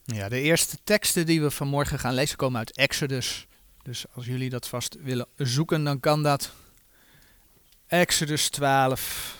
Ja, de eerste teksten die we vanmorgen gaan lezen komen uit Exodus. Dus als jullie dat vast willen zoeken, dan kan dat. Exodus 12.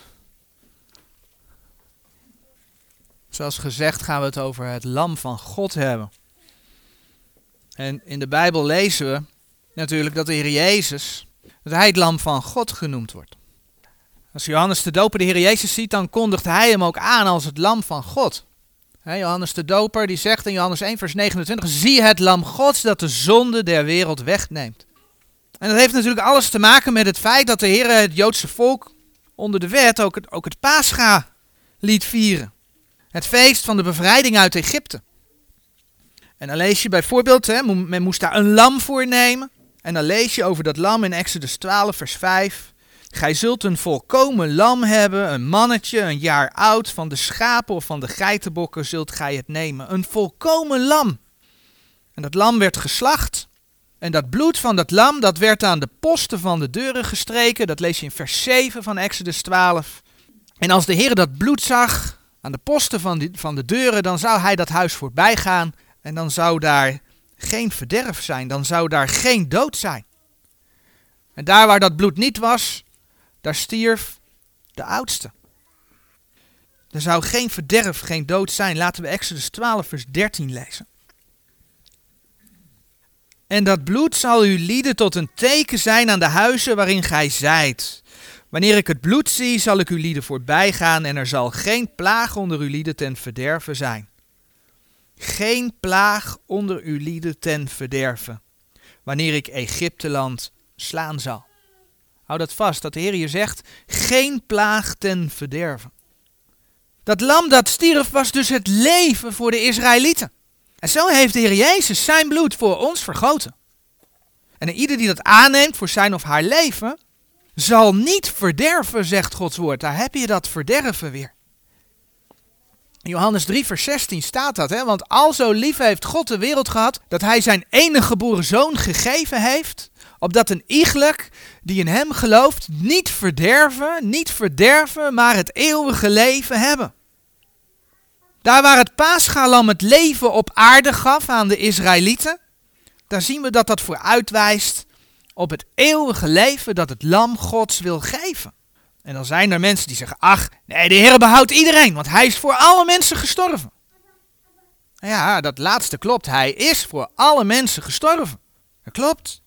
Zoals gezegd gaan we het over het lam van God hebben. En in de Bijbel lezen we natuurlijk dat de Heer Jezus, dat hij het lam van God genoemd wordt. Als Johannes de Doper de Heer Jezus ziet, dan kondigt hij hem ook aan als het lam van God. Johannes de Doper die zegt in Johannes 1 vers 29, zie het lam Gods dat de zonde der wereld wegneemt. En dat heeft natuurlijk alles te maken met het feit dat de Heer het Joodse volk onder de wet ook het Pascha liet vieren. Het feest van de bevrijding uit Egypte. En dan lees je bijvoorbeeld, men moest daar een lam voor nemen. En dan lees je over dat lam in Exodus 12 vers 5. Gij zult een volkomen lam hebben, een mannetje, een jaar oud, van de schapen of van de geitenbokken zult gij het nemen. Een volkomen lam. En dat lam werd geslacht. En dat bloed van dat lam, dat werd aan de posten van de deuren gestreken. Dat lees je in vers 7 van Exodus 12. En als de Heer dat bloed zag aan de posten van de deuren, dan zou hij dat huis voorbij gaan. En dan zou daar geen verderf zijn, dan zou daar geen dood zijn. En daar waar dat bloed niet was, daar stierf de oudste. Er zou geen verderf, geen dood zijn. Laten we Exodus 12 vers 13 lezen. En dat bloed zal u lieden tot een teken zijn aan de huizen waarin gij zijt. Wanneer ik het bloed zie, zal ik uw lieden voorbij gaan en er zal geen plaag onder uw lieden ten verderve zijn. Geen plaag onder uw lieden ten verderve, wanneer ik Egypteland slaan zal. Hou dat vast, dat de Heer hier zegt, geen plaag ten verderve. Dat lam dat stierf was dus het leven voor de Israëlieten. En zo heeft de Heer Jezus zijn bloed voor ons vergoten. En ieder die dat aanneemt voor zijn of haar leven, zal niet verderven, zegt Gods woord. Daar heb je dat verderven weer. In Johannes 3 vers 16 staat dat, want alzo lief heeft God de wereld gehad, dat hij zijn enige geboren zoon gegeven heeft, opdat een iegelijk die in hem gelooft niet verderven, maar het eeuwige leven hebben. Daar waar het Paschalam het leven op aarde gaf aan de Israëlieten, daar zien we dat dat vooruitwijst op het eeuwige leven dat het lam Gods wil geven. En dan zijn er mensen die zeggen, ach, nee, de Heer behoudt iedereen, want hij is voor alle mensen gestorven. Ja, dat laatste klopt, hij is voor alle mensen gestorven. Dat klopt.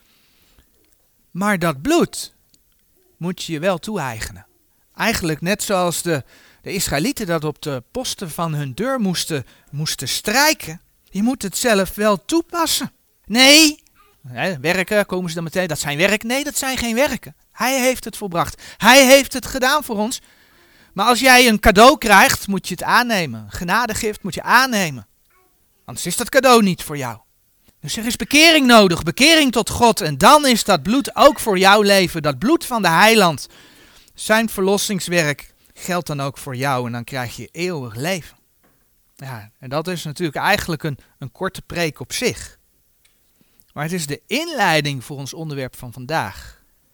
Maar dat bloed moet je je wel toe-eigenen. Eigenlijk net zoals de Israëlieten dat op de posten van hun deur moesten strijken. Je moet het zelf wel toepassen. Nee, werken, komen ze dan meteen, dat zijn werk? Nee, dat zijn geen werken. Hij heeft het volbracht. Hij heeft het gedaan voor ons. Maar als jij een cadeau krijgt, moet je het aannemen. Een genadegift moet je aannemen. Anders is dat cadeau niet voor jou. Dus er is bekering nodig, bekering tot God. En dan is dat bloed ook voor jouw leven. Dat bloed van de heiland. Zijn verlossingswerk geldt dan ook voor jou. En dan krijg je eeuwig leven. Ja, en dat is natuurlijk eigenlijk een korte preek op zich. Maar het is de inleiding voor ons onderwerp van vandaag.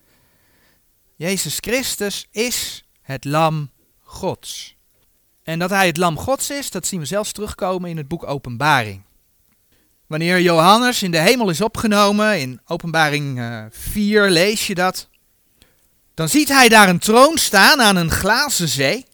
Jezus Christus is het lam Gods. En dat hij het lam Gods is, dat zien we zelfs terugkomen in het boek Openbaring. Wanneer Johannes in de hemel is opgenomen, in Openbaring 4 lees je dat. Dan ziet hij daar een troon staan aan een glazen zee.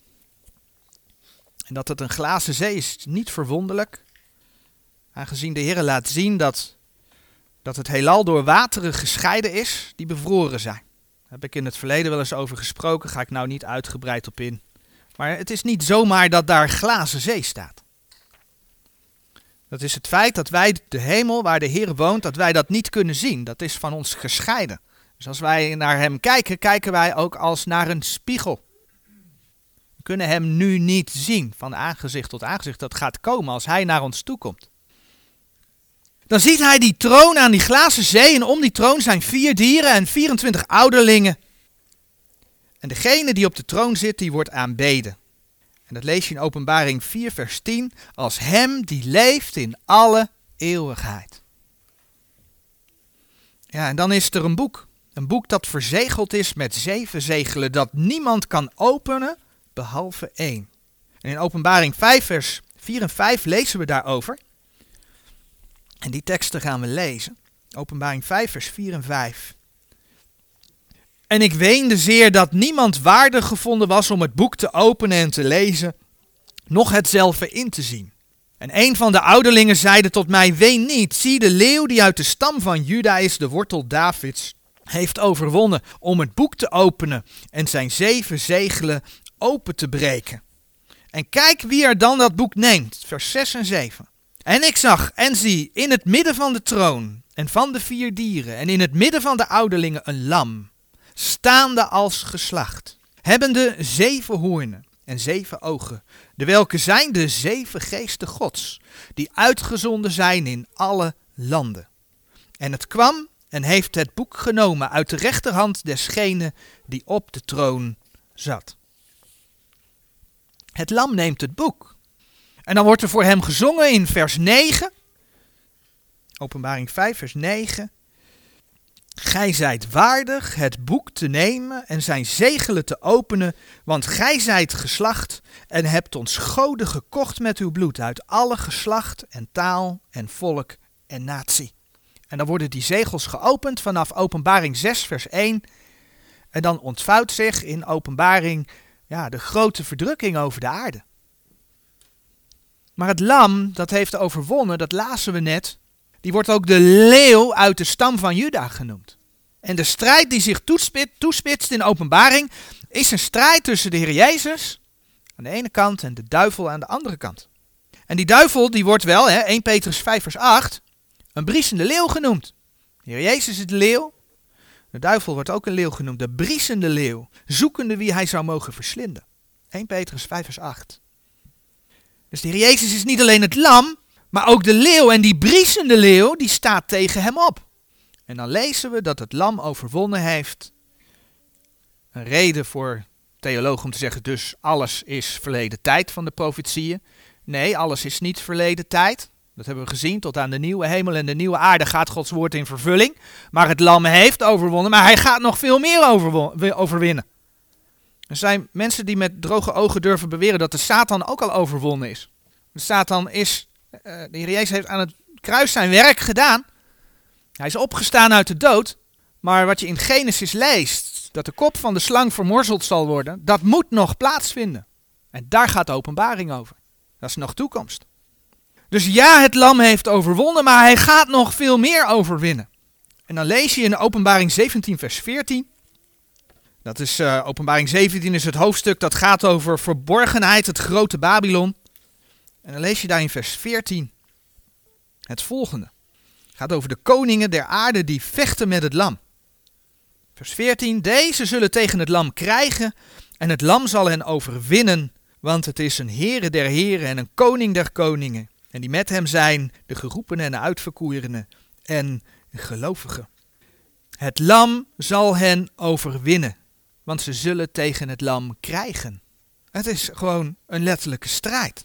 En dat het een glazen zee is niet verwonderlijk. Aangezien de Heer laat zien dat het heelal door wateren gescheiden is die bevroren zijn. Daar heb ik in het verleden wel eens over gesproken, ga ik nou niet uitgebreid op in. Maar het is niet zomaar dat daar glazen zee staat. Dat is het feit dat wij de hemel waar de Heer woont, dat wij dat niet kunnen zien. Dat is van ons gescheiden. Dus als wij naar hem kijken, kijken wij ook als naar een spiegel. We kunnen hem nu niet zien, van aangezicht tot aangezicht. Dat gaat komen als hij naar ons toe komt. Dan ziet hij die troon aan die glazen zee en om die troon zijn 4 dieren en 24 ouderlingen. En degene die op de troon zit, die wordt aanbeden. En dat lees je in Openbaring 4 vers 10, als hem die leeft in alle eeuwigheid. Ja, en dan is er een boek. Een boek dat verzegeld is met 7 zegelen, dat niemand kan openen, behalve 1. En in Openbaring 5 vers 4 en 5 lezen we daarover. En die teksten gaan we lezen. Openbaring 5 vers 4 en 5. En ik weende zeer dat niemand waardig gevonden was om het boek te openen en te lezen, noch het zelf in te zien. En een van de ouderlingen zeide tot mij, ween niet, zie de leeuw die uit de stam van Juda is, de wortel Davids, heeft overwonnen om het boek te openen en zijn 7 zegelen open te breken. En kijk wie er dan dat boek neemt, vers 6 en 7. En ik zag en zie in het midden van de troon en van de 4 dieren en in het midden van de ouderlingen een lam, staande als geslacht, hebbende 7 hoornen en 7 ogen, de welke zijn de 7 geesten Gods, die uitgezonden zijn in alle landen. En het kwam en heeft het boek genomen uit de rechterhand desgene die op de troon zat. Het lam neemt het boek. En dan wordt er voor hem gezongen in vers 9. Openbaring 5 vers 9. Gij zijt waardig het boek te nemen en zijn zegelen te openen, want gij zijt geslacht en hebt ons goden gekocht met uw bloed uit alle geslacht en taal en volk en natie. En dan worden die zegels geopend vanaf Openbaring 6 vers 1. En dan ontvouwt zich in Openbaring de grote verdrukking over de aarde. Maar het lam dat heeft overwonnen, dat lazen we net, die wordt ook de leeuw uit de stam van Juda genoemd. En de strijd die zich toespitst in Openbaring is een strijd tussen de Heer Jezus aan de ene kant en de duivel aan de andere kant. En die duivel die wordt wel, 1 Petrus 5 vers 8, een briesende leeuw genoemd. De Heer Jezus is de leeuw. De duivel wordt ook een leeuw genoemd, de briesende leeuw, zoekende wie hij zou mogen verslinden. 1 Petrus 5 vers 8. Dus de Heer Jezus is niet alleen het lam, maar ook de leeuw. En die briesende leeuw, die staat tegen hem op. En dan lezen we dat het lam overwonnen heeft. Een reden voor theologen om te zeggen, dus alles is verleden tijd van de profetieën. Nee, alles is niet verleden tijd. Dat hebben we gezien, tot aan de nieuwe hemel en de nieuwe aarde gaat Gods woord in vervulling. Maar het lam heeft overwonnen, maar hij gaat nog veel meer overwinnen. Er zijn mensen die met droge ogen durven beweren dat de Satan ook al overwonnen is. De Satan is, de Heer Jezus heeft aan het kruis zijn werk gedaan. Hij is opgestaan uit de dood. Maar wat je in Genesis leest, dat de kop van de slang vermorzeld zal worden, dat moet nog plaatsvinden. En daar gaat de openbaring over. Dat is nog toekomst. Dus ja, het lam heeft overwonnen, maar hij gaat nog veel meer overwinnen. En dan lees je in Openbaring 17 vers 14. Dat is, Openbaring 17 is het hoofdstuk dat gaat over verborgenheid, het grote Babylon. En dan lees je daar in vers 14 het volgende. Het gaat over de koningen der aarde die vechten met het lam. Vers 14, deze zullen tegen het lam krijgen en het lam zal hen overwinnen, want het is een Heere der heren en een koning der koningen. En die met hem zijn de geroepenen en de uitverkorenen en de gelovigen. Het lam zal hen overwinnen, want ze zullen tegen het lam krijgen. Het is gewoon een letterlijke strijd.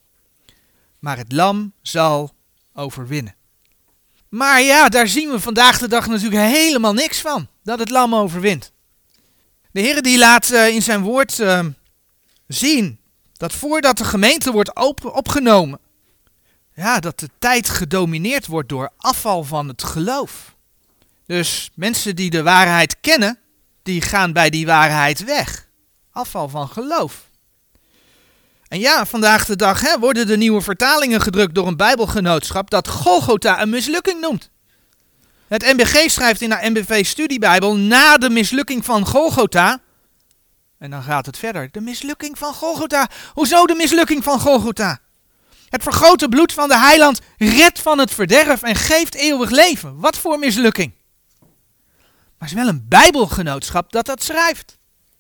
Maar het lam zal overwinnen. Maar ja, daar zien we vandaag de dag natuurlijk helemaal niks van, dat het lam overwint. De Heer die laat in zijn woord zien dat voordat de gemeente wordt opgenomen, dat de tijd gedomineerd wordt door afval van het geloof. Dus mensen die de waarheid kennen, die gaan bij die waarheid weg. Afval van geloof. En ja, vandaag de dag worden de nieuwe vertalingen gedrukt door een bijbelgenootschap dat Golgotha een mislukking noemt. Het NBG schrijft in haar NBV-studiebijbel na de mislukking van Golgotha. En dan gaat het verder. De mislukking van Golgotha. Hoezo de mislukking van Golgotha? Het vergrote bloed van de heiland redt van het verderf en geeft eeuwig leven. Wat voor mislukking. Maar het is wel een bijbelgenootschap dat schrijft.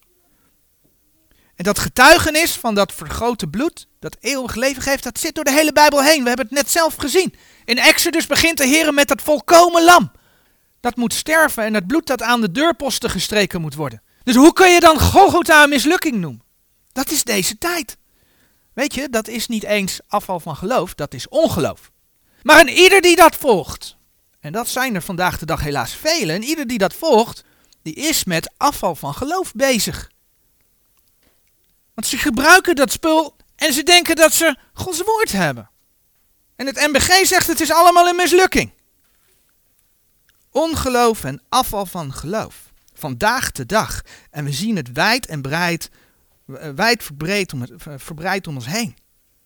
En dat getuigenis van dat vergrote bloed, dat eeuwig leven geeft, dat zit door de hele Bijbel heen. We hebben het net zelf gezien. In Exodus begint de Heer met dat volkomen lam. Dat moet sterven en het bloed dat aan de deurposten gestreken moet worden. Dus hoe kun je dan Golgotha een mislukking noemen? Dat is deze tijd. Weet je, dat is niet eens afval van geloof, dat is ongeloof. Maar een ieder die dat volgt, en dat zijn er vandaag de dag helaas velen, en ieder die dat volgt, die is met afval van geloof bezig. Want ze gebruiken dat spul en ze denken dat ze Gods woord hebben. En het MBG zegt het is allemaal een mislukking. Ongeloof en afval van geloof. Van dag te dag. En we zien het wijd verbreid om ons heen.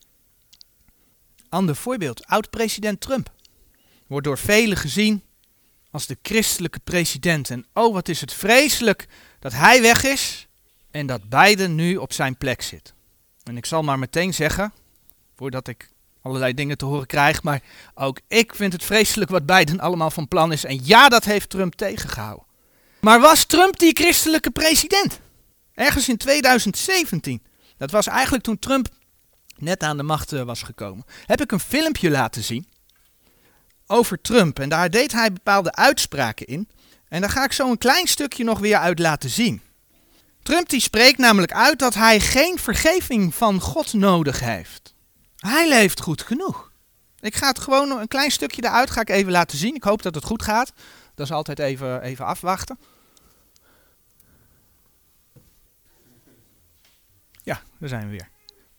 Ander voorbeeld. Oud-president Trump. Wordt door velen gezien als de christelijke president. En oh, wat is het vreselijk dat hij weg is en dat Biden nu op zijn plek zit. En ik zal maar meteen zeggen, voordat ik allerlei dingen te horen krijg, maar ook ik vind het vreselijk wat Biden allemaal van plan is. En ja, dat heeft Trump tegengehouden. Maar was Trump die christelijke president? Ergens in 2017, dat was eigenlijk toen Trump net aan de macht was gekomen, heb ik een filmpje laten zien over Trump. En daar deed hij bepaalde uitspraken in. En daar ga ik zo een klein stukje nog weer uit laten zien. Trump die spreekt namelijk uit dat hij geen vergeving van God nodig heeft. Hij leeft goed genoeg. Ik ga het gewoon een klein stukje eruit ga ik even laten zien. Ik hoop dat het goed gaat. Dat is altijd even afwachten. Ja, daar zijn we weer.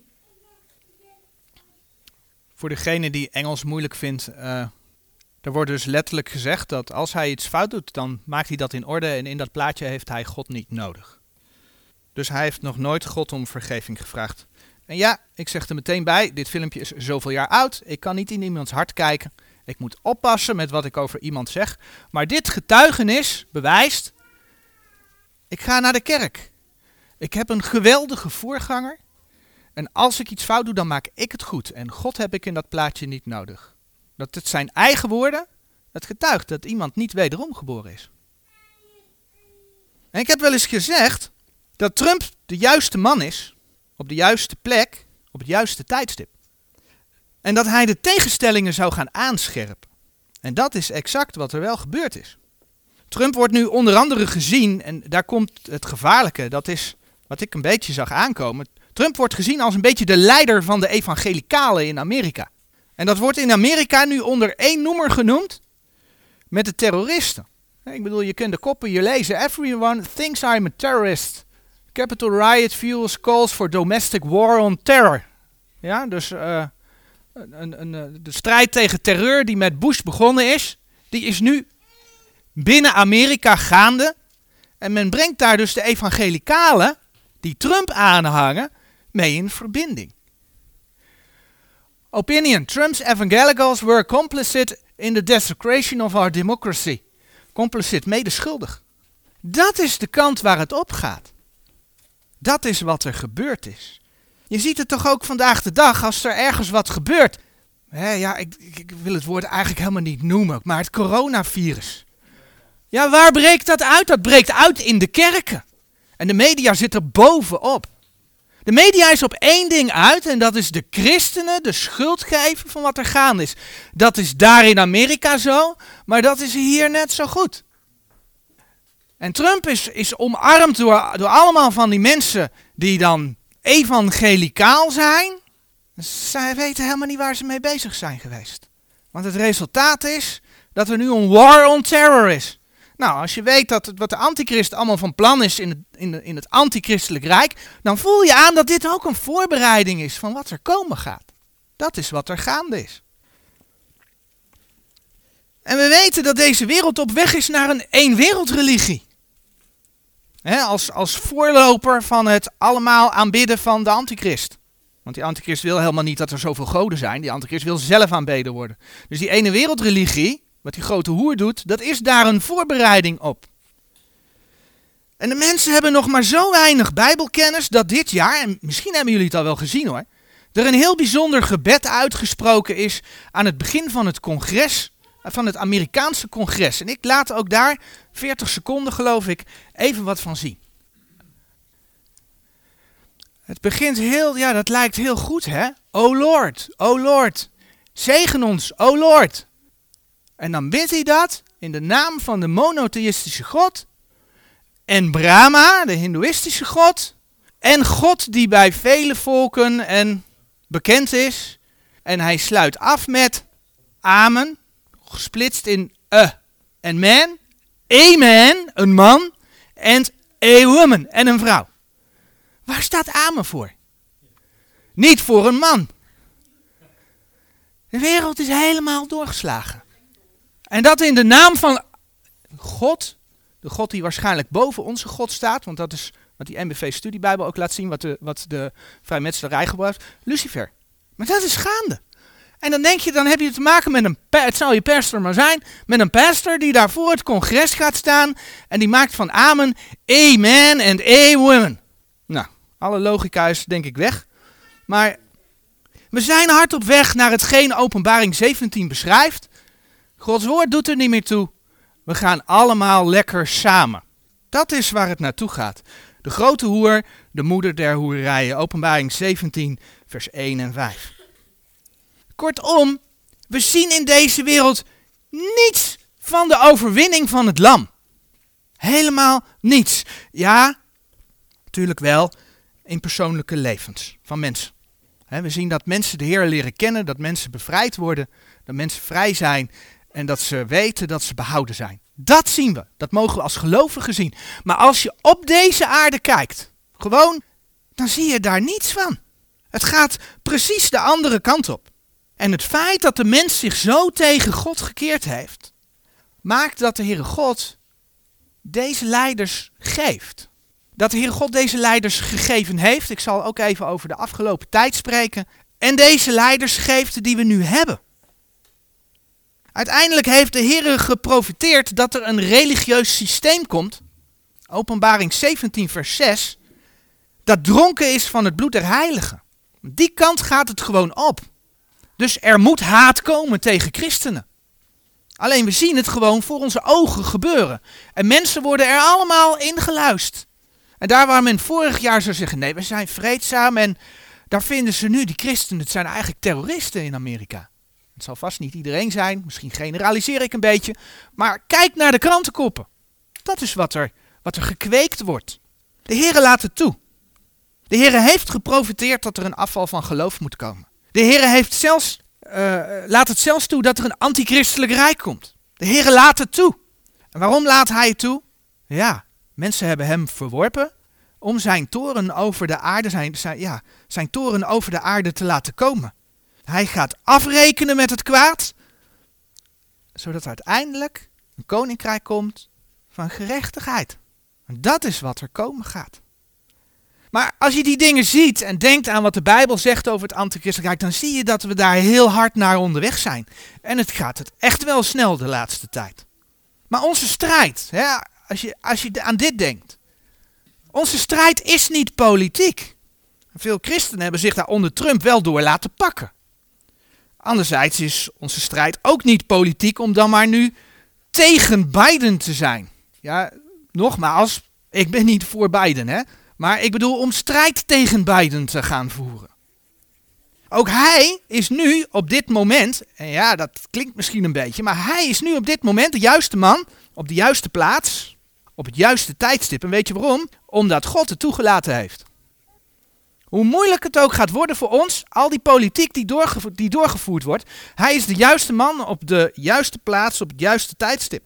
Voor degene die Engels moeilijk vindt, er wordt dus letterlijk gezegd dat als hij iets fout doet, dan maakt hij dat in orde en in dat plaatje heeft hij God niet nodig. Dus hij heeft nog nooit God om vergeving gevraagd. En ja, ik zeg er meteen bij, dit filmpje is zoveel jaar oud, ik kan niet in iemands hart kijken. Ik moet oppassen met wat ik over iemand zeg. Maar dit getuigenis bewijst, ik ga naar de kerk. Ik heb een geweldige voorganger. En als ik iets fout doe, dan maak ik het goed. En God heb ik in dat plaatje niet nodig. Dat het zijn eigen woorden, het getuigt dat iemand niet wederom geboren is. En ik heb wel eens gezegd dat Trump de juiste man is, op de juiste plek, op het juiste tijdstip. En dat hij de tegenstellingen zou gaan aanscherpen. En dat is exact wat er wel gebeurd is. Trump wordt nu onder andere gezien, en daar komt het gevaarlijke, dat is wat ik een beetje zag aankomen. Trump wordt gezien als een beetje de leider van de evangelicalen in Amerika. En dat wordt in Amerika nu onder één noemer genoemd met de terroristen. Ik bedoel, je kunt de koppen hier lezen. Everyone thinks I'm a terrorist. Capitol riot fuels calls for domestic war on terror. Ja, dus de strijd tegen terreur die met Bush begonnen is, die is nu binnen Amerika gaande. En men brengt daar dus de evangelicalen die Trump aanhangen mee in verbinding. Opinion. Trump's evangelicals were complicit in the desecration of our democracy. Complicit, medeschuldig. Dat is de kant waar het op gaat. Dat is wat er gebeurd is. Je ziet het toch ook vandaag de dag als er ergens wat gebeurt. Ik wil het woord eigenlijk helemaal niet noemen, maar het coronavirus. Ja, waar breekt dat uit? Dat breekt uit in de kerken. En de media zit er bovenop. De media is op één ding uit en dat is de christenen de schuld geven van wat er gaande is. Dat is daar in Amerika zo, maar dat is hier net zo goed. En Trump is omarmd door allemaal van die mensen die dan evangelicaal zijn. Zij weten helemaal niet waar ze mee bezig zijn geweest. Want het resultaat is dat er nu een war on terror is. Nou, als je weet wat de antichrist allemaal van plan is in het antichristelijk rijk, dan voel je aan dat dit ook een voorbereiding is van wat er komen gaat. Dat is wat er gaande is. En we weten dat deze wereld op weg is naar een eenwereldreligie. Als voorloper van het allemaal aanbidden van de antichrist. Want die antichrist wil helemaal niet dat er zoveel goden zijn. Die antichrist wil zelf aanbeden worden. Dus die ene wereldreligie, wat die grote hoer doet, dat is daar een voorbereiding op. En de mensen hebben nog maar zo weinig bijbelkennis dat dit jaar, en misschien hebben jullie het al wel gezien hoor, er een heel bijzonder gebed uitgesproken is aan het begin van het congres, van het Amerikaanse congres. En ik laat ook daar, 40 seconden geloof ik, even wat van zien. Het begint dat lijkt heel goed hè. O Lord, zegen ons, O Lord. En dan bidt hij dat in de naam van de monotheïstische God en Brahma, de hindoeïstische God, en God die bij vele volken en bekend is. En hij sluit af met amen, gesplitst in en man, amen, een man, en a woman, en een vrouw. Waar staat amen voor? Niet voor een man. De wereld is helemaal doorgeslagen. En dat in de naam van God, de God die waarschijnlijk boven onze God staat, want dat is wat die NBV-studiebijbel ook laat zien, wat de vrijmetselarij gebruikt, Lucifer. Maar dat is gaande. En dan denk je, dan heb je te maken met het zal je pastor maar zijn, met een pastor die daar voor het congres gaat staan en die maakt van amen, amen en women. Nou, alle logica is denk ik weg. Maar we zijn hard op weg naar hetgeen Openbaring 17 beschrijft. Gods woord doet er niet meer toe. We gaan allemaal lekker samen. Dat is waar het naartoe gaat. De grote hoer, de moeder der hoerijen. Openbaring 17, vers 1 en 5. Kortom, we zien in deze wereld niets van de overwinning van het lam. Helemaal niets. Ja, natuurlijk wel in persoonlijke levens van mensen. We zien dat mensen de Heer leren kennen, dat mensen bevrijd worden, dat mensen vrij zijn en dat ze weten dat ze behouden zijn. Dat zien we, dat mogen we als gelovigen zien. Maar als je op deze aarde kijkt, gewoon, dan zie je daar niets van. Het gaat precies de andere kant op. En het feit dat de mens zich zo tegen God gekeerd heeft, maakt dat de Heere God deze leiders geeft. Dat de Heere God deze leiders gegeven heeft. Ik zal ook even over de afgelopen tijd spreken. En deze leiders geeft die we nu hebben. Uiteindelijk heeft de Heere geprofiteerd dat er een religieus systeem komt. Openbaring 17 vers 6. Dat dronken is van het bloed der heiligen. Die kant gaat het gewoon op. Dus er moet haat komen tegen christenen. Alleen we zien het gewoon voor onze ogen gebeuren. En mensen worden er allemaal in geluisterd. En daar waar men vorig jaar zou zeggen, nee, we zijn vreedzaam. En daar vinden ze nu, die christenen, het zijn eigenlijk terroristen in Amerika. Het zal vast niet iedereen zijn, misschien generaliseer ik een beetje. Maar kijk naar de krantenkoppen. Dat is wat er gekweekt wordt. De Heere laat het toe. De Heere heeft geprofiteerd dat er een afval van geloof moet komen. De Heere heeft laat het zelfs toe dat er een antichristelijk rijk komt. De Heere laat het toe. En waarom laat hij het toe? Ja, mensen hebben hem verworpen om zijn toren over de aarde, zijn toren over de aarde te laten komen. Hij gaat afrekenen met het kwaad, zodat uiteindelijk een koninkrijk komt van gerechtigheid. En dat is wat er komen gaat. Maar als je die dingen ziet en denkt aan wat de Bijbel zegt over het antichristelijk rijk, dan zie je dat we daar heel hard naar onderweg zijn. En het gaat echt wel snel de laatste tijd. Maar onze strijd, als je aan dit denkt, onze strijd is niet politiek. Veel christenen hebben zich daar onder Trump wel door laten pakken. Anderzijds is onze strijd ook niet politiek om dan maar nu tegen Biden te zijn. Ja, nogmaals, ik ben niet voor Biden, hè. Maar ik bedoel om strijd tegen Biden te gaan voeren. Ook hij is nu op dit moment, en ja, dat klinkt misschien een beetje, maar hij is nu op dit moment de juiste man, op de juiste plaats, op het juiste tijdstip. En weet je waarom? Omdat God het toegelaten heeft. Hoe moeilijk het ook gaat worden voor ons, al die politiek die doorgevoerd wordt, hij is de juiste man op de juiste plaats, op het juiste tijdstip.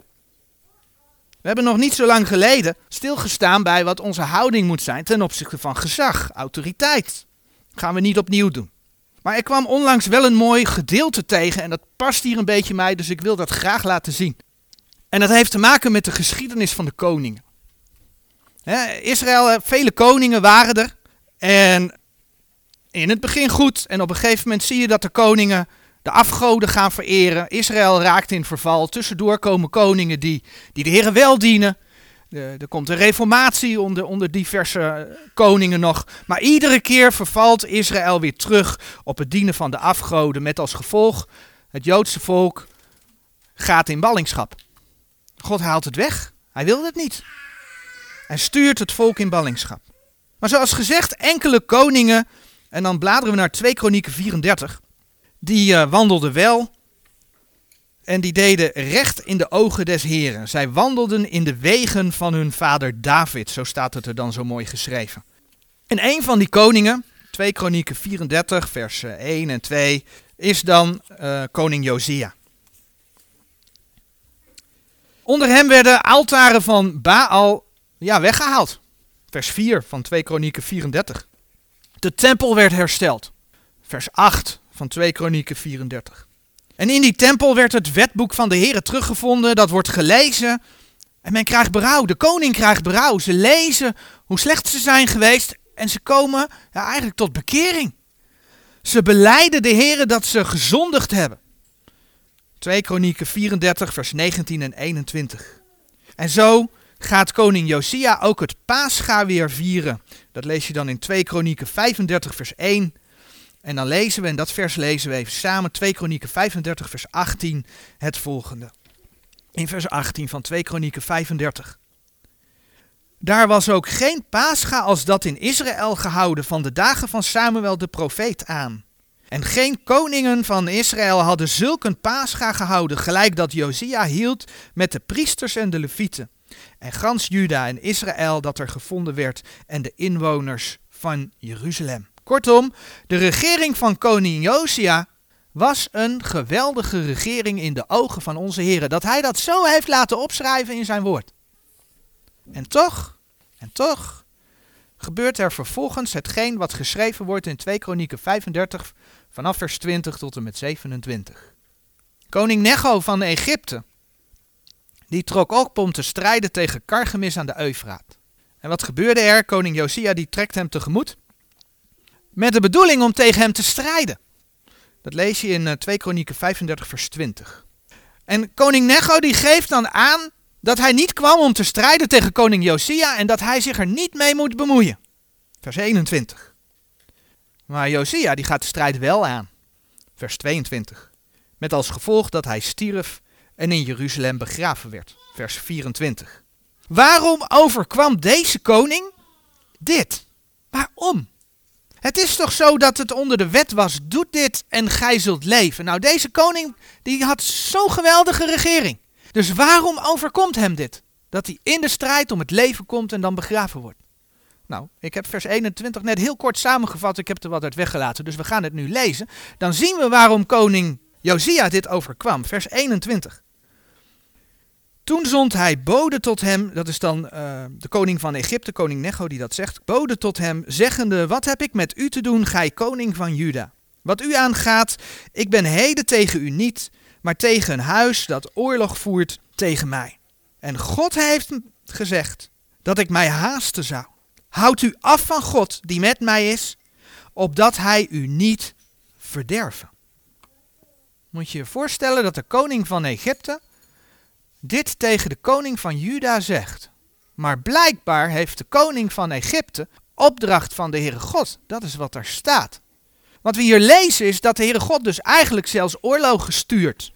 We hebben nog niet zo lang geleden stilgestaan bij wat onze houding moet zijn ten opzichte van gezag, autoriteit. Dat gaan we niet opnieuw doen. Maar ik kwam onlangs wel een mooi gedeelte tegen en dat past hier een beetje bij, dus ik wil dat graag laten zien. En dat heeft te maken met de geschiedenis van de koningen. Israël, vele koningen waren er en in het begin goed en op een gegeven moment zie je dat de koningen de afgoden gaan vereren. Israël raakt in verval. Tussendoor komen koningen die de Heere wel dienen. Er komt een reformatie onder diverse koningen nog. Maar iedere keer vervalt Israël weer terug op het dienen van de afgoden. Met als gevolg, het Joodse volk gaat in ballingschap. God haalt het weg. Hij wil het niet. Hij stuurt het volk in ballingschap. Maar zoals gezegd, enkele koningen, en dan bladeren we naar 2 Kronieken 34... die wandelden wel en die deden recht in de ogen des Heren. Zij wandelden in de wegen van hun vader David. Zo staat het er dan zo mooi geschreven. En een van die koningen, 2 Kronieken 34, vers 1 en 2, is dan koning Josia. Onder hem werden altaren van Baal weggehaald. Vers 4 van 2 Kronieken 34. De tempel werd hersteld. Vers 8 van 2 Kronieken 34. En in die tempel werd het wetboek van de Heere teruggevonden. Dat wordt gelezen. En men krijgt berouw. De koning krijgt berouw. Ze lezen hoe slecht ze zijn geweest. En ze komen eigenlijk tot bekering. Ze belijden de Heere dat ze gezondigd hebben. 2 Kronieken 34 vers 19 en 21. En zo gaat koning Josia ook het Pascha weer vieren. Dat lees je dan in 2 Kronieken 35 vers 1. En dan lezen we, en dat vers lezen we even samen, 2 Kronieken 35 vers 18, het volgende. In vers 18 van 2 Kronieken 35. Daar was ook geen Pascha als dat in Israël gehouden van de dagen van Samuel de profeet aan. En geen koningen van Israël hadden zulk een Pascha gehouden, gelijk dat Josia hield met de priesters en de levieten. En gans Juda en Israël dat er gevonden werd en de inwoners van Jeruzalem. Kortom, de regering van koning Josia was een geweldige regering in de ogen van onze Heere. Dat hij dat zo heeft laten opschrijven in zijn woord. En toch gebeurt er vervolgens hetgeen wat geschreven wordt in 2 Kronieken 35 vanaf vers 20 tot en met 27. Koning Necho van Egypte, die trok op om te strijden tegen Kargemis aan de Eufraat. En wat gebeurde er? Koning Josia die trekt hem tegemoet met de bedoeling om tegen hem te strijden. Dat lees je in 2 Kronieken 35 vers 20. En koning Necho die geeft dan aan dat hij niet kwam om te strijden tegen koning Josia en dat hij zich er niet mee moet bemoeien. Vers 21. Maar Josia die gaat de strijd wel aan. Vers 22. Met als gevolg dat hij stierf en in Jeruzalem begraven werd. Vers 24. Waarom overkwam deze koning dit? Waarom? Het is toch zo dat het onder de wet was, doet dit en gij zult leven. Nou, deze koning die had zo'n geweldige regering. Dus waarom overkomt hem dit? Dat hij in de strijd om het leven komt en dan begraven wordt. Nou, ik heb vers 21 net heel kort samengevat, ik heb er wat uit weggelaten, dus we gaan het nu lezen. Dan zien we waarom koning Josia dit overkwam. Vers 21. Toen zond hij boden tot hem, dat is dan de koning van Egypte, koning Necho die dat zegt, boden tot hem, zeggende, wat heb ik met u te doen, gij koning van Juda? Wat u aangaat, ik ben heden tegen u niet, maar tegen een huis dat oorlog voert tegen mij. En God heeft gezegd dat ik mij haasten zou. Houd u af van God die met mij is, opdat hij u niet verderven. Moet je je voorstellen dat de koning van Egypte dit tegen de koning van Juda zegt. Maar blijkbaar heeft de koning van Egypte opdracht van de Heere God. Dat is wat daar staat. Wat we hier lezen is dat de Heere God dus eigenlijk zelfs oorlogen stuurt.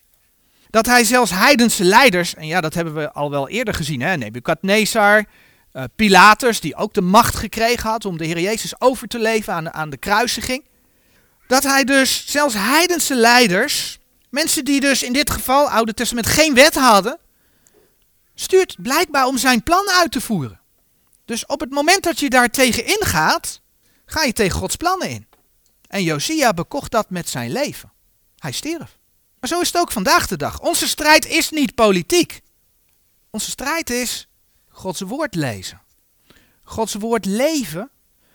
Dat hij zelfs heidense leiders, en ja, dat hebben we al wel eerder gezien, hè? Nebukadnezar, Pilatus, die ook de macht gekregen had om de Heer Jezus over te leveren aan de kruisiging. Dat hij dus zelfs heidense leiders, mensen die dus in dit geval, Oude Testament, geen wet hadden, stuurt blijkbaar om zijn plan uit te voeren. Dus op het moment dat je daar tegen ingaat, ga je tegen Gods plannen in. En Josia bekocht dat met zijn leven. Hij stierf. Maar zo is het ook vandaag de dag. Onze strijd is niet politiek. Onze strijd is Gods woord lezen. Gods woord leven.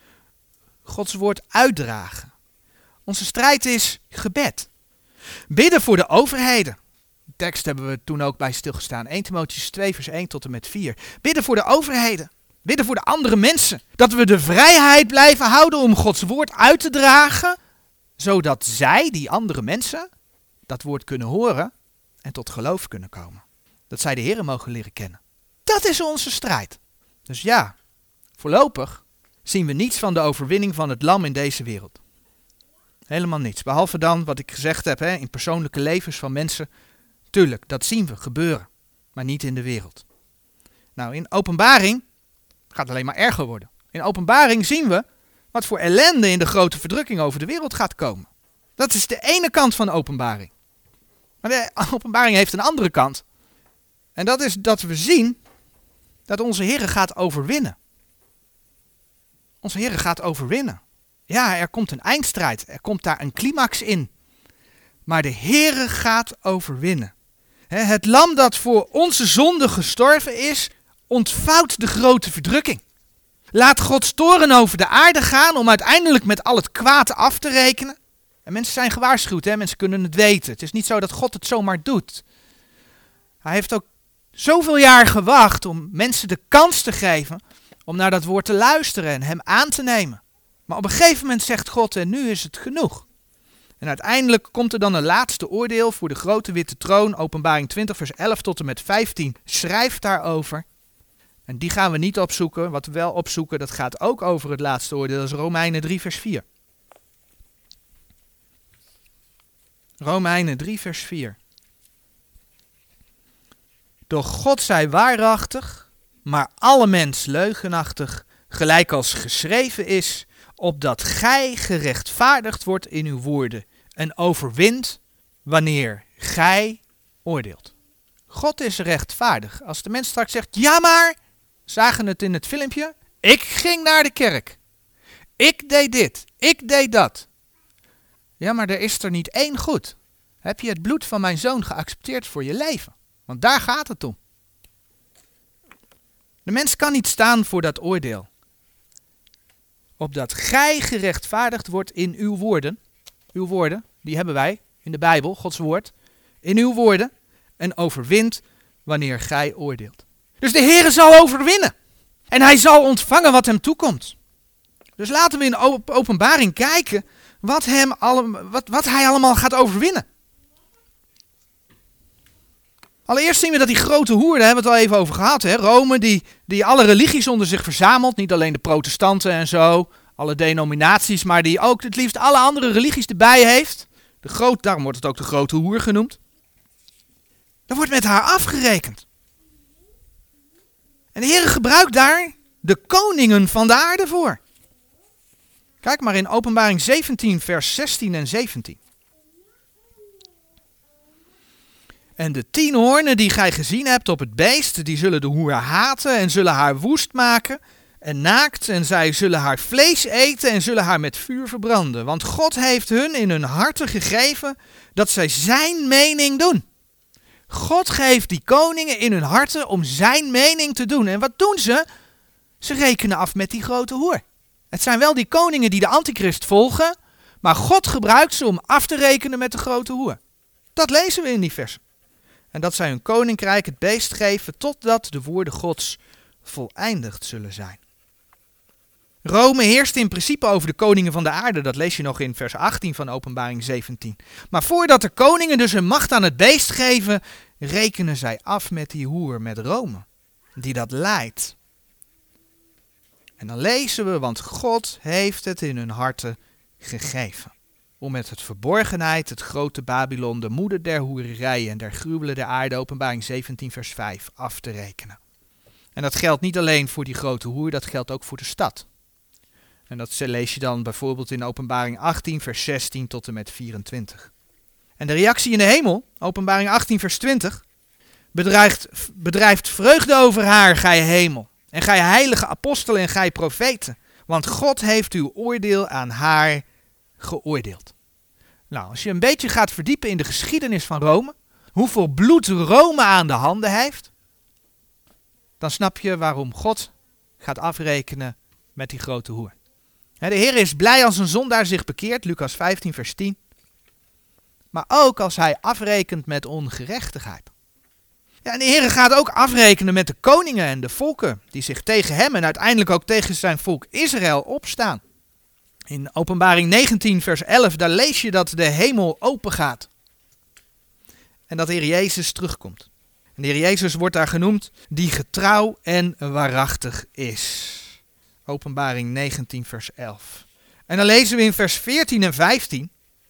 Gods woord uitdragen. Onze strijd is gebed. Bidden voor de overheden. De tekst hebben we toen ook bij stilgestaan. 1 Timotheüs 2 vers 1 tot en met 4. Bidden voor de overheden. Bidden voor de andere mensen. Dat we de vrijheid blijven houden om Gods woord uit te dragen. Zodat zij, die andere mensen, dat woord kunnen horen en tot geloof kunnen komen. Dat zij de Heere mogen leren kennen. Dat is onze strijd. Dus ja, voorlopig zien we niets van de overwinning van het lam in deze wereld. Helemaal niets. Behalve dan wat ik gezegd heb, in persoonlijke levens van mensen. Tuurlijk, dat zien we gebeuren. Maar niet in de wereld. Nou, in Openbaring gaat het alleen maar erger worden. In Openbaring zien we wat voor ellende in de grote verdrukking over de wereld gaat komen. Dat is de ene kant van Openbaring. Maar de Openbaring heeft een andere kant. En dat is dat we zien dat onze Heere gaat overwinnen. Onze Heere gaat overwinnen. Ja, er komt een eindstrijd. Er komt daar een climax in. Maar de Heere gaat overwinnen. Het lam dat voor onze zonde gestorven is, ontvouwt de grote verdrukking. Laat Gods toorn over de aarde gaan om uiteindelijk met al het kwaad af te rekenen. En mensen zijn gewaarschuwd, hè? Mensen kunnen het weten. Het is niet zo dat God het zomaar doet. Hij heeft ook zoveel jaar gewacht om mensen de kans te geven om naar dat woord te luisteren en hem aan te nemen. Maar op een gegeven moment zegt God, en nu is het genoeg. En uiteindelijk komt er dan een laatste oordeel voor de grote witte troon. Openbaring 20 vers 11 tot en met 15 schrijft daarover. En die gaan we niet opzoeken. Wat we wel opzoeken, dat gaat ook over het laatste oordeel. Dat is Romeinen 3 vers 4. Romeinen 3 vers 4. Doch God zij waarachtig, maar alle mens leugenachtig, gelijk als geschreven is, opdat gij gerechtvaardigd wordt in uw woorden en overwint wanneer gij oordeelt. God is rechtvaardig. Als de mens straks zegt, ja maar, zagen het in het filmpje, ik ging naar de kerk. Ik deed dit, ik deed dat. Ja, maar er is er niet één goed. Heb je het bloed van mijn zoon geaccepteerd voor je leven? Want daar gaat het om. De mens kan niet staan voor dat oordeel. Opdat gij gerechtvaardigd wordt in uw woorden. Uw woorden, die hebben wij in de Bijbel, Gods woord. In uw woorden. En overwint wanneer gij oordeelt. Dus de Heere zal overwinnen. En hij zal ontvangen wat hem toekomt. Dus laten we in Openbaring kijken wat hij allemaal gaat overwinnen. Allereerst zien we dat die grote hoer, daar hebben we het al even over gehad. Hè? Rome die alle religies onder zich verzamelt. Niet alleen de protestanten en zo. Alle denominaties. Maar die ook het liefst alle andere religies erbij heeft. Daarom wordt het ook de grote hoer genoemd. Er wordt met haar afgerekend. En de Heer gebruikt daar de koningen van de aarde voor. Kijk maar in Openbaring 17 vers 16 en 17. En de 10 hoornen die gij gezien hebt op het beest, die zullen de hoer haten en zullen haar woest maken en naakt. En zij zullen haar vlees eten en zullen haar met vuur verbranden. Want God heeft hun in hun harten gegeven dat zij zijn mening doen. God geeft die koningen in hun harten om zijn mening te doen. En wat doen ze? Ze rekenen af met die grote hoer. Het zijn wel die koningen die de antichrist volgen, maar God gebruikt ze om af te rekenen met de grote hoer. Dat lezen we in die versen. En dat zij hun koninkrijk het beest geven totdat de woorden Gods voleindigd zullen zijn. Rome heerst in principe over de koningen van de aarde. Dat lees je nog in vers 18 van Openbaring 17. Maar voordat de koningen dus hun macht aan het beest geven, rekenen zij af met die hoer, met Rome, die dat leidt. En dan lezen we, want God heeft het in hun harten gegeven. Om met het verborgenheid het grote Babylon, de moeder der hoererij en der gruwelen der aarde, Openbaring 17 vers 5, af te rekenen. En dat geldt niet alleen voor die grote hoer, dat geldt ook voor de stad. En dat lees je dan bijvoorbeeld in Openbaring 18 vers 16 tot en met 24. En de reactie in de hemel, Openbaring 18 vers 20, bedrijft vreugde over haar, gij hemel. En gij heilige apostelen en gij profeten. Want God heeft uw oordeel aan haar geoordeeld. Nou, als je een beetje gaat verdiepen in de geschiedenis van Rome, hoeveel bloed Rome aan de handen heeft, dan snap je waarom God gaat afrekenen met die grote hoer. De Heer is blij als een zondaar zich bekeert, Lucas 15 vers 10. Maar ook als hij afrekent met ongerechtigheid. Ja, en de Heer gaat ook afrekenen met de koningen en de volken die zich tegen hem en uiteindelijk ook tegen zijn volk Israël opstaan. In Openbaring 19 vers 11, daar lees je dat de hemel open gaat. En dat de Heer Jezus terugkomt. En de Heer Jezus wordt daar genoemd die getrouw en waarachtig is. Openbaring 19 vers 11. En dan lezen we in vers 14 en 15.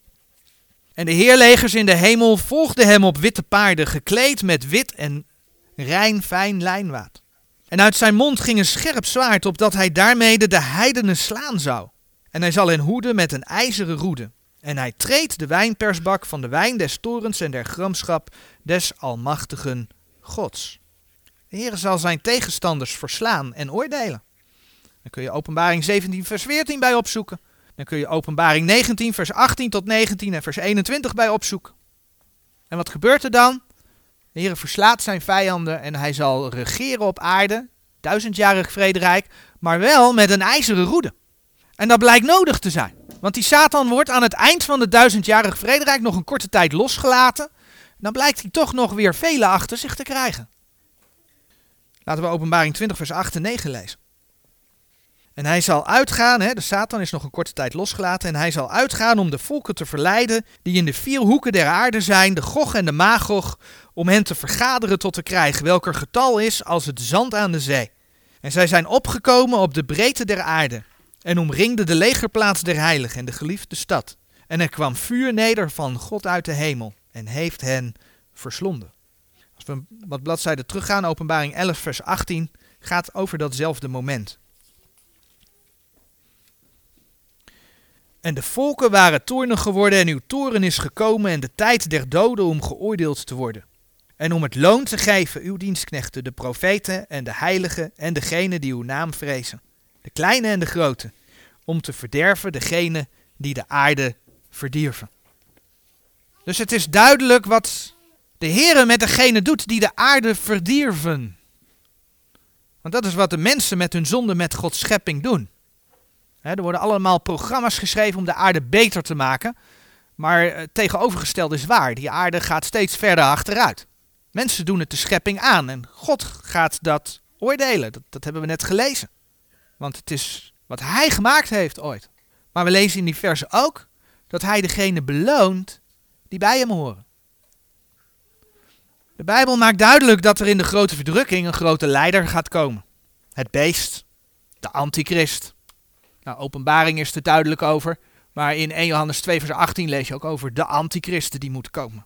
En de heerlegers in de hemel volgden hem op witte paarden, gekleed met wit en rein fijn lijnwaad. En uit zijn mond ging een scherp zwaard, opdat hij daarmede de heidenen slaan zou. En hij zal hen hoeden met een ijzeren roede. En hij treedt de wijnpersbak van de wijn des torens en der gramschap des almachtigen Gods. De Heer zal zijn tegenstanders verslaan en oordelen. Dan kun je Openbaring 17 vers 14 bij opzoeken. Dan kun je Openbaring 19 vers 18 tot 19 en vers 21 bij opzoeken. En wat gebeurt er dan? De Heer verslaat zijn vijanden en hij zal regeren op aarde, 1000-jarig vrederijk, maar wel met een ijzeren roede. En dat blijkt nodig te zijn. Want die Satan wordt aan het eind van het 1000-jarig vrederijk nog een korte tijd losgelaten. Dan blijkt hij toch nog weer velen achter zich te krijgen. Laten we Openbaring 20 vers 8 en 9 lezen. En hij zal uitgaan, de Satan is nog een korte tijd losgelaten, en hij zal uitgaan om de volken te verleiden die in de 4 hoeken der aarde zijn, de Gog en de Magog, om hen te vergaderen tot de krijg, welker getal is als het zand aan de zee. En zij zijn opgekomen op de breedte der aarde en omringden de legerplaats der heiligen en de geliefde stad. En er kwam vuur neder van God uit de hemel en heeft hen verslonden. Als we wat bladzijden teruggaan, Openbaring 11 vers 18 gaat over datzelfde moment. En de volken waren toornig geworden en uw toren is gekomen en de tijd der doden om geoordeeld te worden. En om het loon te geven uw dienstknechten, de profeten en de heiligen en degenen die uw naam vrezen. De kleine en de grote. Om te verderven degenen die de aarde verdierven. Dus het is duidelijk wat de Heere met degenen doet die de aarde verdierven. Want dat is wat de mensen met hun zonde met Gods schepping doen. Er worden allemaal programma's geschreven om de aarde beter te maken. Maar het tegenovergestelde is waar. Die aarde gaat steeds verder achteruit. Mensen doen het de schepping aan en God gaat dat oordelen. Dat hebben we net gelezen. Want het is wat hij gemaakt heeft ooit. Maar we lezen in die versen ook dat hij degene beloont die bij hem horen. De Bijbel maakt duidelijk dat er in de grote verdrukking een grote leider gaat komen. Het beest, de antichrist. Nou, Openbaring is er duidelijk over, maar in 1 Johannes 2 vers 18 lees je ook over de antichrist die moet komen.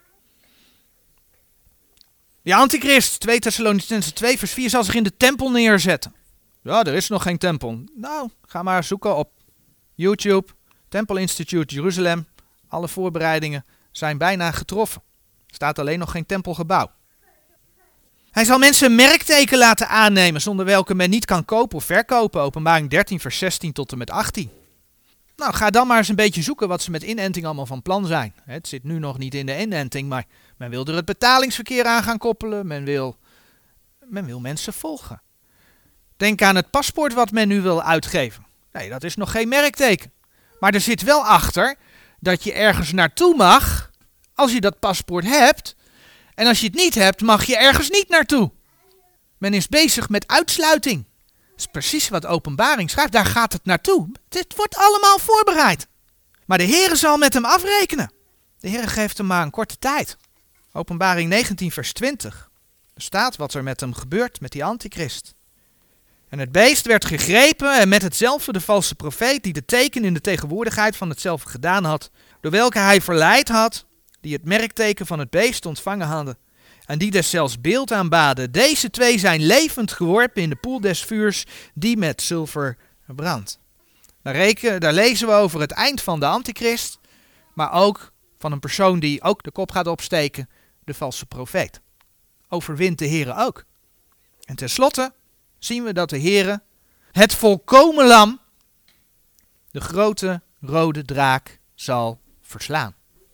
Die antichrist, 2 Thessalonicenzen 2 vers 4, zal zich in de tempel neerzetten. Ja, er is nog geen tempel. Nou, ga maar zoeken op YouTube, Tempel Institute Jeruzalem. Alle voorbereidingen zijn bijna getroffen. Er staat alleen nog geen tempelgebouw. Hij zal mensen een merkteken laten aannemen zonder welke men niet kan kopen of verkopen. Openbaring 13 vers 16 tot en met 18. Nou, ga dan maar eens een beetje zoeken wat ze met inenting allemaal van plan zijn. Het zit nu nog niet in de inenting, maar men wil er het betalingsverkeer aan gaan koppelen. Men wil mensen volgen. Denk aan het paspoort wat men nu wil uitgeven. Nee, dat is nog geen merkteken. Maar er zit wel achter dat je ergens naartoe mag als je dat paspoort hebt. En als je het niet hebt, mag je ergens niet naartoe. Men is bezig met uitsluiting. Dat is precies wat Openbaring schrijft. Daar gaat het naartoe. Dit wordt allemaal voorbereid. Maar de Heere zal met hem afrekenen. De Heere geeft hem maar een korte tijd. Openbaring 19 vers 20. Er staat wat er met hem gebeurt, met die antichrist. En het beest werd gegrepen en met hetzelfde de valse profeet die de teken in de tegenwoordigheid van hetzelfde gedaan had, door welke hij verleid had, die het merkteken van het beest ontvangen hadden, en die deszelfs beeld aanbaden. Deze 2 zijn levend geworpen in de poel des vuurs, die met zilver brandt. Daar lezen we over het eind van de antichrist, maar ook van een persoon die ook de kop gaat opsteken, de valse profeet. Overwint de Heere ook. En tenslotte zien we dat de Heere het volkomen lam, de grote rode draak, zal verslaan.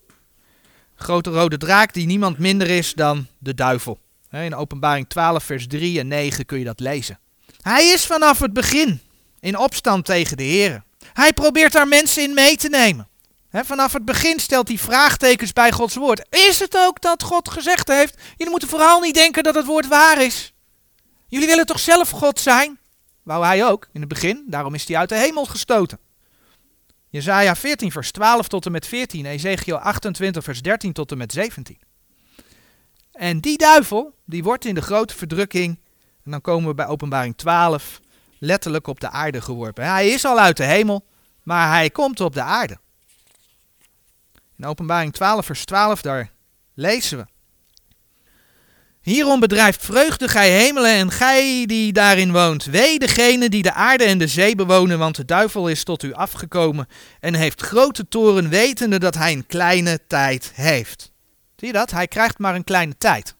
Grote rode draak die niemand minder is dan de duivel. In Openbaring 12 vers 3 en 9 kun je dat lezen. Hij is vanaf het begin in opstand tegen de Heere. Hij probeert daar mensen in mee te nemen. Vanaf het begin stelt hij vraagtekens bij Gods woord. Is het ook dat God gezegd heeft, jullie moeten vooral niet denken dat het woord waar is. Jullie willen toch zelf God zijn? Wou hij ook in het begin, daarom is hij uit de hemel gestoten. Jesaja 14 vers 12 tot en met 14, Ezekiel 28 vers 13 tot en met 17. En die duivel, die wordt in de grote verdrukking, en dan komen we bij Openbaring 12, letterlijk op de aarde geworpen. Hij is al uit de hemel, maar hij komt op de aarde. In Openbaring 12 vers 12, daar lezen we. Hierom bedrijft vreugde gij hemelen en gij die daarin woont. Wee degene die de aarde en de zee bewonen, want de duivel is tot u afgekomen en heeft grote toren, wetende dat hij een kleine tijd heeft. Zie je dat? Hij krijgt maar een kleine tijd.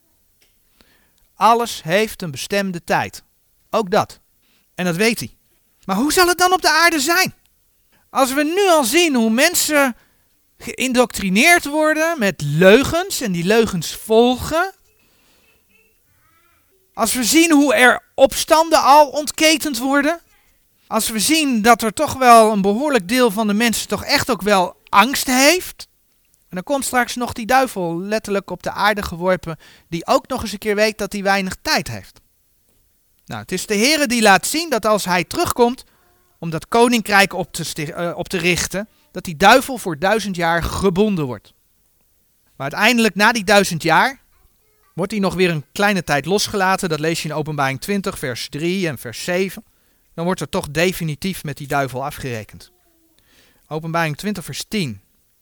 Alles heeft een bestemde tijd. Ook dat. En dat weet hij. Maar hoe zal het dan op de aarde zijn? Als we nu al zien hoe mensen geïndoctrineerd worden met leugens en die leugens volgen. Als we zien hoe er opstanden al ontketend worden. Als we zien dat er toch wel een behoorlijk deel van de mensen toch echt ook wel angst heeft. En dan komt straks nog die duivel letterlijk op de aarde geworpen, die ook nog eens een keer weet dat hij weinig tijd heeft. Nou, het is de Heere die laat zien dat als hij terugkomt om dat koninkrijk op te richten, dat die duivel voor 1000 jaar gebonden wordt. Maar uiteindelijk na die 1000 jaar wordt hij nog weer een kleine tijd losgelaten. Dat lees je in Openbaring 20 vers 3 en vers 7. Dan wordt er toch definitief met die duivel afgerekend. Openbaring 20 vers 10.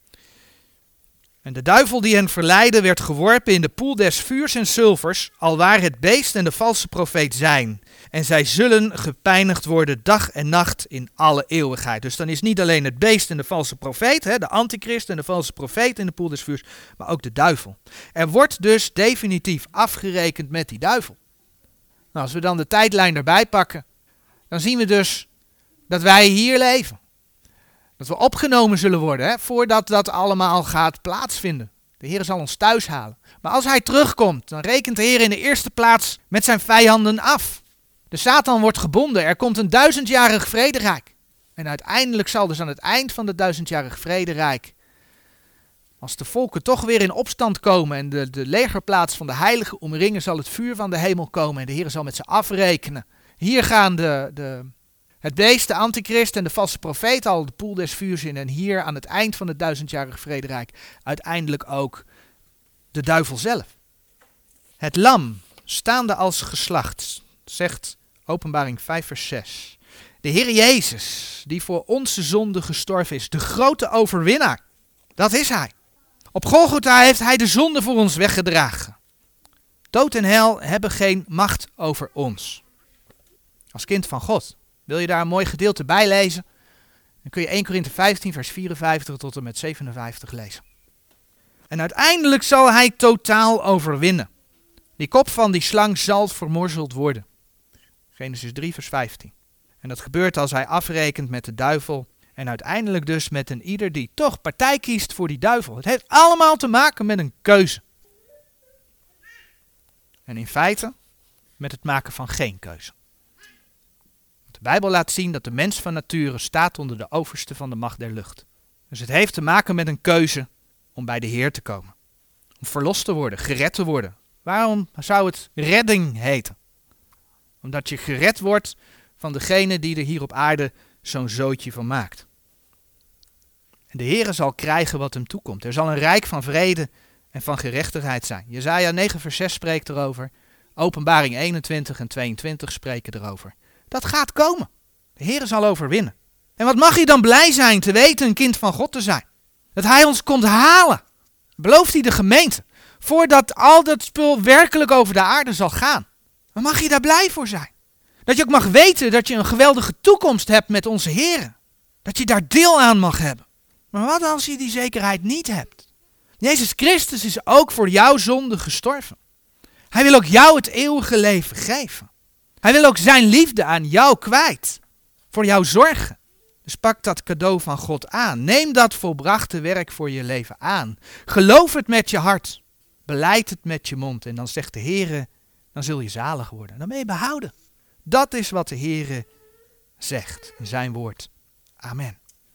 En de duivel die hen verleidde werd geworpen in de poel des vuurs en zilvers, alwaar het beest en de valse profeet zijn. En zij zullen gepijnigd worden dag en nacht in alle eeuwigheid. Dus dan is niet alleen het beest en de valse profeet, de antichrist en de valse profeet in de poel des vuurs, maar ook de duivel. Er wordt dus definitief afgerekend met die duivel. Nou, als we dan de tijdlijn erbij pakken, dan zien we dus dat wij hier leven. Dat we opgenomen zullen worden, voordat dat allemaal gaat plaatsvinden. De Heer zal ons thuis halen. Maar als hij terugkomt, dan rekent de Heer in de eerste plaats met zijn vijanden af. De Satan wordt gebonden. Er komt een 1000-jarig vrederijk. En uiteindelijk zal dus aan het eind van het 1000-jarig vrederijk, als de volken toch weer in opstand komen en de legerplaats van de heiligen omringen, zal het vuur van de hemel komen en de Heer zal met ze afrekenen. Hier gaan het beest, de antichrist en de valse profeet al de poel des vuurs in. En hier aan het eind van het 1000-jarig vrederijk uiteindelijk ook de duivel zelf. Het lam, staande als geslacht, zegt Openbaring 5 vers 6. De Heer Jezus, die voor onze zonde gestorven is, de grote overwinnaar, dat is hij. Op Golgotha heeft hij de zonde voor ons weggedragen. Dood en hel hebben geen macht over ons. Als kind van God. Wil je daar een mooi gedeelte bij lezen? Dan kun je 1 Korinthe 15 vers 54 tot en met 57 lezen. En uiteindelijk zal hij totaal overwinnen. Die kop van die slang zal vermorzeld worden. Genesis 3 vers 15. En dat gebeurt als hij afrekent met de duivel. En uiteindelijk dus met een ieder die toch partij kiest voor die duivel. Het heeft allemaal te maken met een keuze. En in feite met het maken van geen keuze. De Bijbel laat zien dat de mens van nature staat onder de overste van de macht der lucht. Dus het heeft te maken met een keuze om bij de Heer te komen. Om verlost te worden, gered te worden. Waarom zou het redding heten? Omdat je gered wordt van degene die er hier op aarde zo'n zootje van maakt. En de Heer zal krijgen wat hem toekomt. Er zal een rijk van vrede en van gerechtigheid zijn. Jesaja 9 vers 6 spreekt erover. Openbaring 21 en 22 spreken erover. Dat gaat komen. De Heer zal overwinnen. En wat mag je dan blij zijn te weten een kind van God te zijn? Dat hij ons komt halen. Belooft hij de gemeente. Voordat al dat spul werkelijk over de aarde zal gaan. Wat mag je daar blij voor zijn? Dat je ook mag weten dat je een geweldige toekomst hebt met onze Heer. Dat je daar deel aan mag hebben. Maar wat als je die zekerheid niet hebt? Jezus Christus is ook voor jouw zonde gestorven. Hij wil ook jou het eeuwige leven geven. Hij wil ook zijn liefde aan jou kwijt. Voor jou zorgen. Dus pak dat cadeau van God aan. Neem dat volbrachte werk voor je leven aan. Geloof het met je hart. Belijd het met je mond. En dan zegt de Heere, dan zul je zalig worden. Dan ben je behouden. Dat is wat de Heere zegt in zijn woord. Amen.